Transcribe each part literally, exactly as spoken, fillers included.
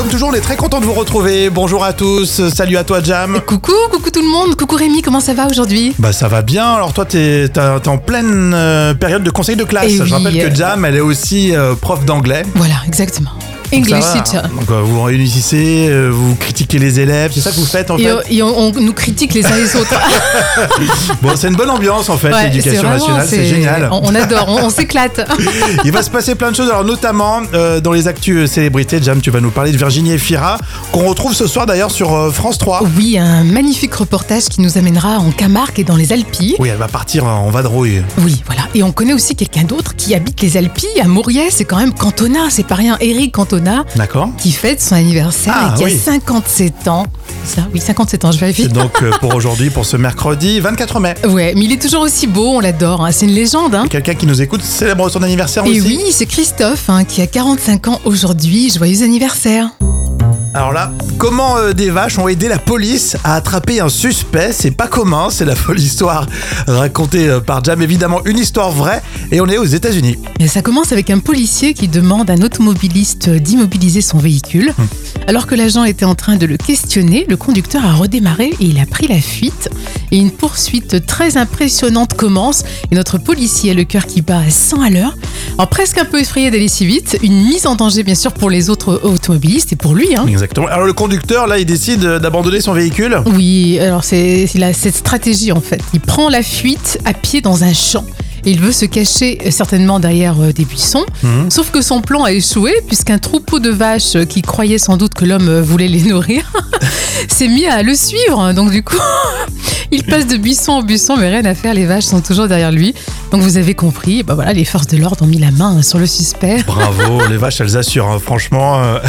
Comme toujours, on est très content de vous retrouver. Bonjour à tous, salut à toi Jam. Coucou, coucou tout le monde, coucou Rémi, comment ça va aujourd'hui? Bah ça va bien, alors toi t'es, t'es, t'es en pleine euh, période de conseil de classe. Et Je oui, rappelle euh... que Jam, elle est aussi euh, prof d'anglais. Voilà, exactement. Donc English ça va. teacher. Donc euh, vous vous réunissez, euh, vous critiquez les élèves, c'est ça que vous faites en et fait on, et on, on nous critique les uns les autres. Bon, c'est une bonne ambiance en fait, Ouais, l'éducation c'est vraiment, nationale, c'est, c'est génial. On, on adore, on, on s'éclate. Il va se passer plein de choses, alors notamment euh, dans les actus célébrités. Jam, tu vas nous parler de Virginie Efira, qu'on retrouve ce soir d'ailleurs sur euh, France trois. Oui, un magnifique reportage qui nous amènera en Camargue et dans les Alpilles. Oui, elle va partir en vadrouille. Oui, voilà. Et on connaît aussi quelqu'un d'autre qui habite les Alpilles, à Mauriès, c'est quand même Cantona, c'est pas rien, Eric Cantona. D'accord. Qui fête son anniversaire Ah, et qui oui. a cinquante-sept ans. C'est ça, oui, cinquante-sept ans, je vérifie. C'est donc euh, pour aujourd'hui, pour ce mercredi vingt-quatre mai. Ouais, mais il est toujours aussi beau, on l'adore, hein. C'est une légende. Hein. Quelqu'un qui nous écoute célèbre son anniversaire Et aussi. oui, c'est Christophe hein, qui a quarante-cinq ans aujourd'hui. Joyeux anniversaire. Alors là, comment euh, des vaches ont aidé la police à attraper un suspect? C'est pas commun, c'est la folle histoire racontée euh, par Jam, évidemment une histoire vraie, et on est aux États-Unis. Et ça commence avec un policier qui demande à un automobiliste d'immobiliser son véhicule. Hum. Alors que l'agent était en train de le questionner, le conducteur a redémarré et il a pris la fuite. Et une poursuite très impressionnante commence et notre policier a le cœur qui bat à cent à l'heure. Alors presque un peu effrayé d'aller si vite, une mise en danger bien sûr pour les autres automobilistes et pour lui. Hein. Exactement. Alors le conducteur, là, il décide d'abandonner son véhicule. Oui, alors c'est, il a cette stratégie en fait. Il prend la fuite à pied dans un champ. Et il veut se cacher certainement derrière des buissons. Mmh. Sauf que son plan a échoué puisqu'un troupeau de vaches qui croyait sans doute que l'homme voulait les nourrir s'est mis à le suivre. Donc du coup, il passe de buisson en buisson, mais rien à faire, les vaches sont toujours derrière lui. Donc vous avez compris, bah voilà, les forces de l'ordre ont mis la main sur le suspect. Bravo, les vaches, elles assurent, hein, franchement. Euh...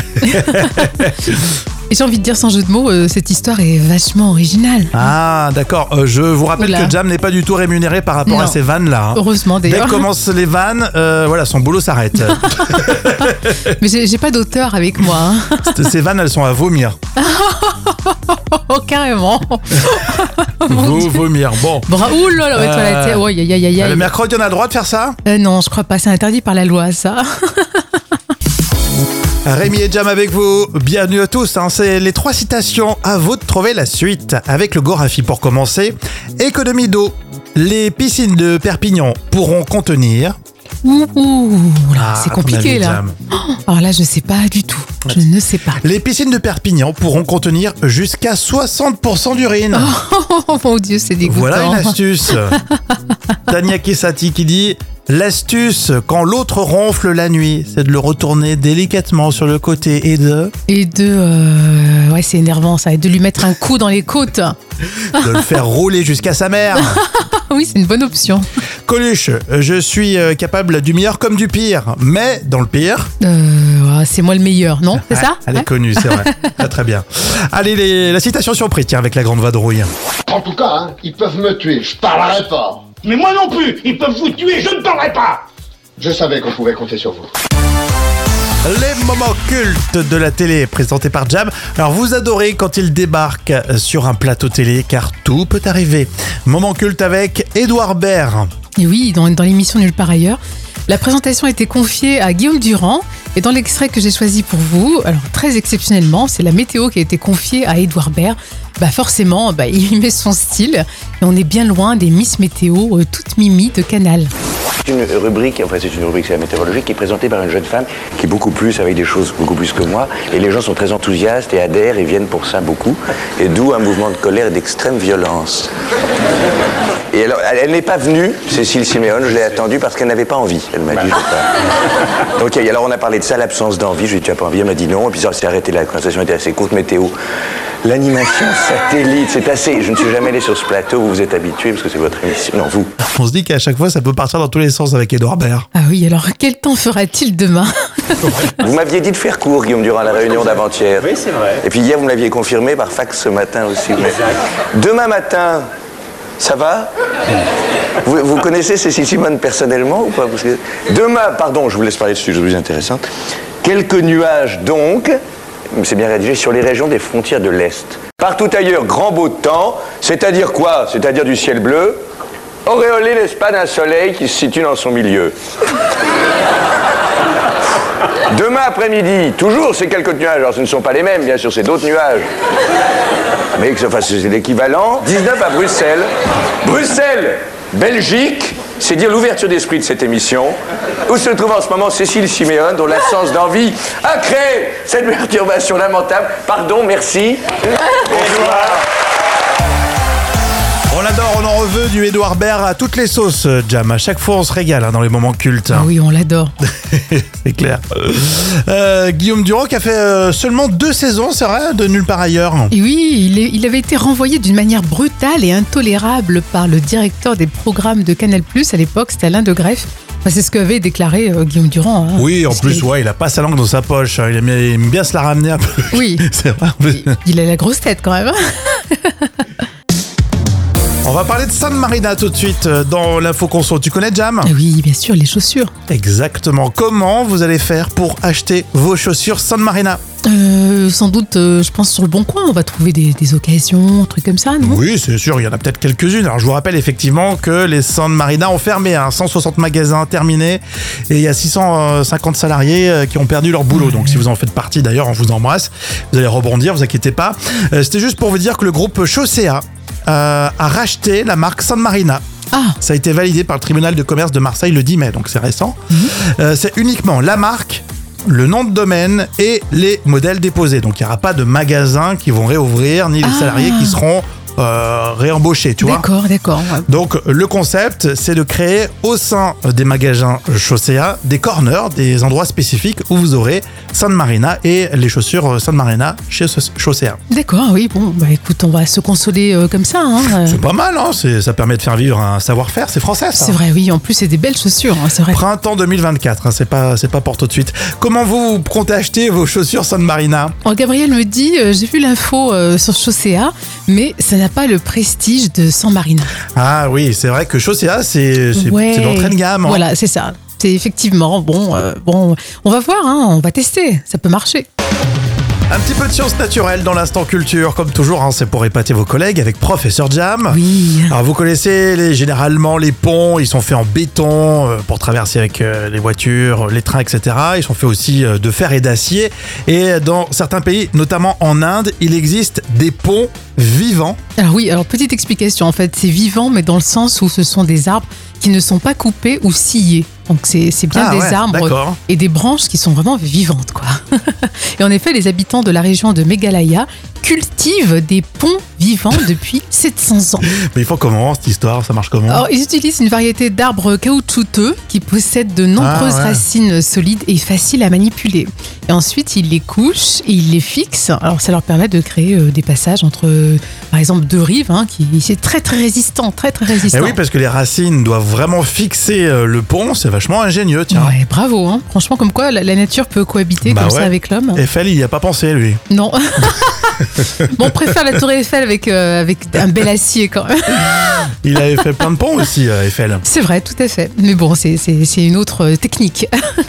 Et j'ai envie de dire sans jeu de mots, euh, cette histoire est vachement originale. Ah, d'accord. Euh, je vous rappelle voilà. que Jam n'est pas du tout rémunéré par rapport non. à ces vannes-là. Hein. Heureusement d'ailleurs. Dès que commencent les vannes, euh, voilà, son boulot s'arrête. Mais j'ai, j'ai pas d'auteur avec moi. Hein. Ces vannes, elles sont à vomir. Oh, carrément. Vous vomir, bon. Bra- Ouh là là, mets-toi la tête. Oh, aïe, aïe, aïe, aïe. Le mercredi, on a le droit de faire ça? euh, Non, je crois pas. C'est interdit par la loi, ça. Rémi et Jam avec vous, bienvenue à tous, hein. C'est les trois citations, à vous de trouver la suite. Avec le Gorafi pour commencer, économie d'eau. Les piscines de Perpignan pourront contenir... Ouh, ouh là, ah, c'est compliqué là. Jam. Alors là, je sais pas du tout, je ne sais pas. Les piscines de Perpignan pourront contenir jusqu'à soixante pour cent d'urine. Oh mon Dieu, c'est dégoûtant. Voilà une astuce. Tania Kessati qui dit... L'astuce, quand l'autre ronfle la nuit, c'est de le retourner délicatement sur le côté et de... Et de... Euh, ouais, c'est énervant ça. Et de lui mettre un coup dans les côtes. De le faire rouler jusqu'à sa mère. Oui, c'est une bonne option. Coluche, je suis capable du meilleur comme du pire, mais dans le pire... Euh, c'est moi le meilleur, non? C'est ouais, ça? Elle est connue, c'est vrai. Très très bien. Allez, les, la citation surprise, tiens, avec la grande vadrouille. En tout cas, hein, ils peuvent me tuer, je parlerai pas. Mais moi non plus, ils peuvent vous tuer, je ne parlerai pas. Je savais qu'on pouvait compter sur vous. Les moments cultes de la télé présentés par Jam. Alors vous adorez quand il débarque sur un plateau télé car tout peut arriver. Moment culte avec Édouard Baird. Et oui, dans, dans l'émission Nulle part ailleurs, la présentation a été confiée à Guillaume Durand. Et dans l'extrait que j'ai choisi pour vous, alors très exceptionnellement, c'est la météo qui a été confiée à Édouard Baird. Bah forcément, bah, il met son style et on est bien loin des Miss Météo euh, toutes mimi de Canal. C'est une rubrique, enfin c'est une rubrique, c'est la météorologie, qui est présentée par une jeune femme qui est beaucoup plus, avec des choses beaucoup plus que moi. Et les gens sont très enthousiastes et adhèrent et viennent pour ça beaucoup. Et d'où un mouvement de colère et d'extrême violence. Et alors, elle n'est pas venue, Cécile Siméone, je l'ai attendue parce qu'elle n'avait pas envie. Elle m'a dit, je vais pas. Ok, alors on a parlé de ça, l'absence d'envie. Je lui ai dit, tu n'as pas envie? Elle m'a dit non. Et puis ça s'est arrêté, la conversation était assez courte. Météo. L'animation satellite, c'est assez. Je ne suis jamais allé sur ce plateau, vous vous êtes habitués parce que c'est votre émission. Non, vous. On se dit qu'à chaque fois, ça peut partir dans tous les sens avec Édouard Baird. Ah oui, alors quel temps fera-t-il demain? Vous m'aviez dit de faire court, Guillaume Durand, à la réunion d'avant-hier. Oui, c'est vrai. Et puis hier, vous me l'aviez confirmé par fax ce matin aussi. Demain matin, ça va? Vous, vous connaissez Cécile Siméone personnellement ou pas? Parce que... Demain, pardon, je vous laisse parler de ce sujet plus intéressant. Quelques nuages donc, c'est bien rédigé, sur les régions des frontières de l'Est. Partout ailleurs, grand beau temps, c'est-à-dire quoi? C'est-à-dire du ciel bleu, auréolé, n'est-ce pas, d'un soleil qui se situe dans son milieu. Demain après-midi, toujours ces quelques nuages. Alors ce ne sont pas les mêmes, bien sûr, c'est d'autres nuages. Mais que, enfin, c'est l'équivalent. dix-neuf à Bruxelles. Bruxelles, Belgique, c'est dire l'ouverture d'esprit de cette émission, où se trouve en ce moment Cécile Siméon, dont l'absence d'envie a créé cette perturbation lamentable. Pardon, merci. Bonsoir. On l'adore, on en reveut du Édouard Baird à toutes les sauces, Jam. À chaque fois, on se régale hein, dans les moments cultes. Ah oui, on l'adore. C'est clair. Euh, Guillaume Durand qui a fait euh, seulement deux saisons, c'est vrai, de Nulle part ailleurs. Et oui, il, est, il avait été renvoyé d'une manière brutale et intolérable par le directeur des programmes de Canal plus à l'époque, c'était Alain de Greff. Enfin, c'est ce qu'avait déclaré euh, Guillaume Durand. Hein, oui, en plus, ouais, il a pas sa langue dans sa poche. Il aime, il aime bien se la ramener un peu. Oui. C'est vrai. Il, il a la grosse tête quand même. On va parler de San Marina tout de suite dans l'info conso. Tu connais Jam ? Oui, bien sûr, les chaussures. Exactement. Comment vous allez faire pour acheter vos chaussures San Marina ? Euh, sans doute, euh, je pense sur le Bon Coin, on va trouver des, des occasions, trucs comme ça, non ? Oui, c'est sûr, il y en a peut-être quelques-unes. Alors je vous rappelle effectivement que les San Marina ont fermé, hein, cent soixante magasins terminés et il y a six cent cinquante salariés euh, qui ont perdu leur boulot. Donc si vous en faites partie d'ailleurs, on vous embrasse. Vous allez rebondir, vous inquiétez pas. Euh, c'était juste pour vous dire que le groupe Chaussea euh, a racheté la marque San Marina. Ah. Ça a été validé par le tribunal de commerce de Marseille le dix mai, donc c'est récent. Mmh. Euh, c'est uniquement la marque, le nom de domaine et les modèles déposés. Donc il n'y aura pas de magasins qui vont réouvrir, ni les ah. salariés qui seront euh, réembauchés, tu vois. D'accord, d'accord. Ouais. Donc le concept, c'est de créer au sein des magasins Chaussea des corners, des endroits spécifiques où vous aurez San Marina et les chaussures San Marina chez Chaussea. D'accord, oui, bon, bah écoute, on va se consoler euh, comme ça. Hein. C'est pas mal, hein, c'est, ça permet de faire vivre un savoir-faire, c'est français ça. C'est vrai, oui, en plus c'est des belles chaussures, hein, c'est vrai. Printemps deux mille vingt-quatre, hein, c'est pas, c'est pas pour tout de suite. Comment vous comptez acheter vos chaussures San Marina ? Alors, Gabriel me dit, euh, j'ai vu l'info euh, sur Chaussea, mais ça n'a pas le prestige de San Marina. Ah oui, c'est vrai que Chaussea, c'est, c'est, ouais. c'est d'entrée de gamme. Hein. Voilà, c'est ça. C'est effectivement, bon, euh, bon, on va voir, hein, on va tester, ça peut marcher. Un petit peu de science naturelle dans l'instant culture, comme toujours, hein, c'est pour épater vos collègues avec Professeur Jam. Oui. Alors vous connaissez les, généralement les ponts, ils sont faits en béton euh, pour traverser avec euh, les voitures, les trains, et cetera. Ils sont faits aussi euh, de fer et d'acier. Et dans certains pays, notamment en Inde, il existe des ponts vivants. Alors oui, alors petite explication, en fait, c'est vivant, mais dans le sens où ce sont des arbres qui ne sont pas coupés ou sciés. Donc c'est, c'est bien ah, des ouais, arbres d'accord. et des branches qui sont vraiment vivantes, quoi. Et en effet, les habitants de la région de Meghalaya cultivent des ponts vivants depuis sept cents ans. Mais il faut comment cette histoire ? Ça marche comment ? Alors, ils utilisent une variété d'arbres caoutchouteux qui possèdent de nombreuses ah, ouais. racines solides et faciles à manipuler. Et ensuite, ils les couchent et ils les fixent. Alors, ça leur permet de créer euh, des passages entre, euh, par exemple, deux rives, hein, qui c'est très très résistant, très très résistant. Eh oui, parce que les racines doivent vraiment fixer euh, le pont. C'est vachement ingénieux, tiens. Ouais, bravo. Hein. Franchement, comme quoi la, la nature peut cohabiter bah comme ouais. ça avec l'homme. Eiffel, il n'y a pas pensé, lui. Non. Bon, on préfère la tour Eiffel avec, euh, avec un bel acier quand même. Il avait fait plein de ponts aussi, euh, Eiffel. C'est vrai, tout à fait. Mais bon, c'est, c'est, c'est une autre euh, technique.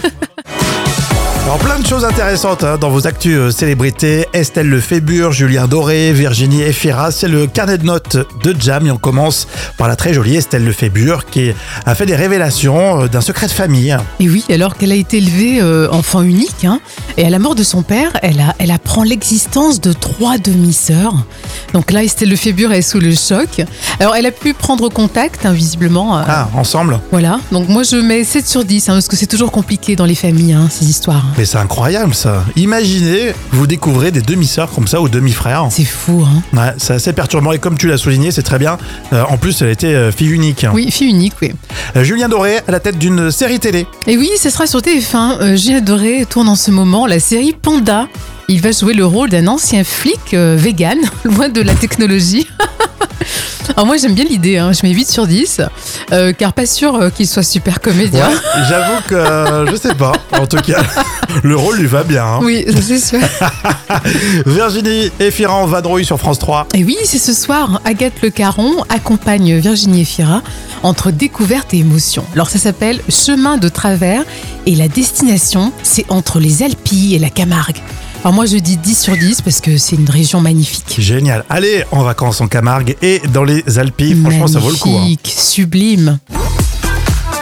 Alors plein de choses intéressantes hein, dans vos actus euh, célébrités. Estelle Lefébure, Julien Doré, Virginie Efira, c'est le carnet de notes de Jam et on commence par la très jolie Estelle Lefébure qui a fait des révélations euh, d'un secret de famille. Et oui, alors qu'elle a été élevée euh, enfant unique, hein, et à la mort de son père, elle, a, elle apprend l'existence de trois demi-sœurs. Donc là, Estelle Lefébure est sous le choc. Alors elle a pu prendre contact, hein, visiblement. Euh, Ah, ensemble ? Voilà, donc moi je mets sept sur dix, hein, parce que c'est toujours compliqué dans les familles, hein, ces histoires. Mais c'est incroyable ça. Imaginez, vous découvrez des demi-sœurs comme ça ou demi-frères. C'est fou, hein. Ouais, c'est assez perturbant et comme tu l'as souligné, c'est très bien. Euh, en plus, elle était euh, fille unique. Oui, fille unique, oui. Euh, Julien Doré à la tête d'une série télé. Et oui, ce sera sur T F un. Euh, Julien Doré tourne en ce moment la série Panda. Il va jouer le rôle d'un ancien flic euh, vegan, loin de la technologie. Alors moi j'aime bien l'idée, hein. Je mets huit sur dix, euh, car pas sûr euh, qu'il soit super comédien. Ouais, j'avoue que euh, je sais pas. En tout cas, le rôle lui va bien. Hein. Oui, ça, c'est sûr. Virginie Efira en vadrouille sur France trois. Et oui, c'est ce soir. Agathe Le Caron accompagne Virginie Efira entre découverte et émotion. Alors ça s'appelle Chemin de travers et la destination, c'est entre les Alpilles et la Camargue. Alors moi je dis dix sur dix parce que c'est une région magnifique. Génial. Allez en vacances en Camargue et dans les Alpilles. Franchement, magnifique, ça vaut le coup. Hein. Sublime.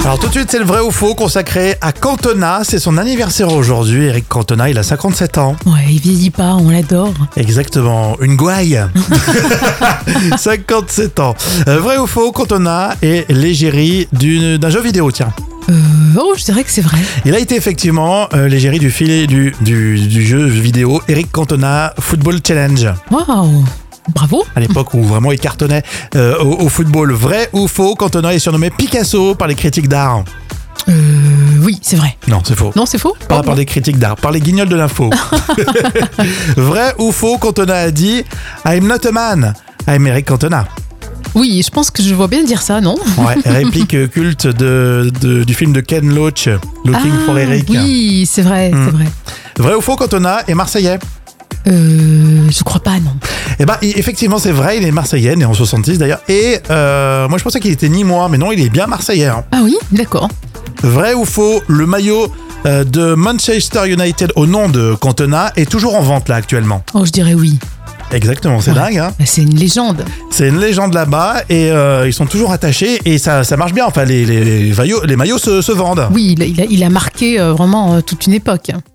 Alors tout de suite, c'est le vrai ou faux consacré à Cantona. C'est son anniversaire aujourd'hui. Eric Cantona, il a cinquante-sept ans. Ouais, il vieillit pas, on l'adore. Exactement, une gouaille. cinquante-sept ans. Euh, vrai ou faux, Cantona est l'égérie d'une- d'un jeu vidéo, tiens. Euh, oh, je dirais que c'est vrai. Il a été effectivement euh, l'égérie du, fil- du, du, du jeu vidéo Eric Cantona Football Challenge. Waouh, bravo. À l'époque où vraiment il cartonnait euh, au, au football. Vrai ou faux, Cantona est surnommé Picasso par les critiques d'art. Euh, oui, c'est vrai. Non, c'est faux. Non, c'est faux. Pas Oh, par des critiques d'art, par les guignols de l'info. Vrai ou faux, Cantona a dit I'm not a man, I'm Eric Cantona. Oui, je pense que je vois bien dire ça, non? Ouais, réplique culte de, de- du film de Ken Loach, Looking for Eric. Oui, c'est vrai, Hmm. c'est vrai. Vrai ou faux, Cantona est marseillais? Euh, je crois pas, non. Eh ben, il- effectivement, c'est vrai, il est marseillais, né en soixante-six d'ailleurs. Et euh, moi, je pensais qu'il était ni moi, mais non, il est bien marseillais. hein. Ah oui, d'accord. Vrai ou faux, le maillot euh, de Manchester United au nom de Cantona est toujours en vente là actuellement. Oh, je dirais oui. Exactement, c'est Ouais. dingue. Hein. Bah, c'est une légende. C'est une légende là-bas et euh, ils sont toujours attachés et ça, ça marche bien. Enfin, les, les, les maillots, les maillots se, se vendent. Oui, il a, il a- il a marqué euh, vraiment euh, toute une époque.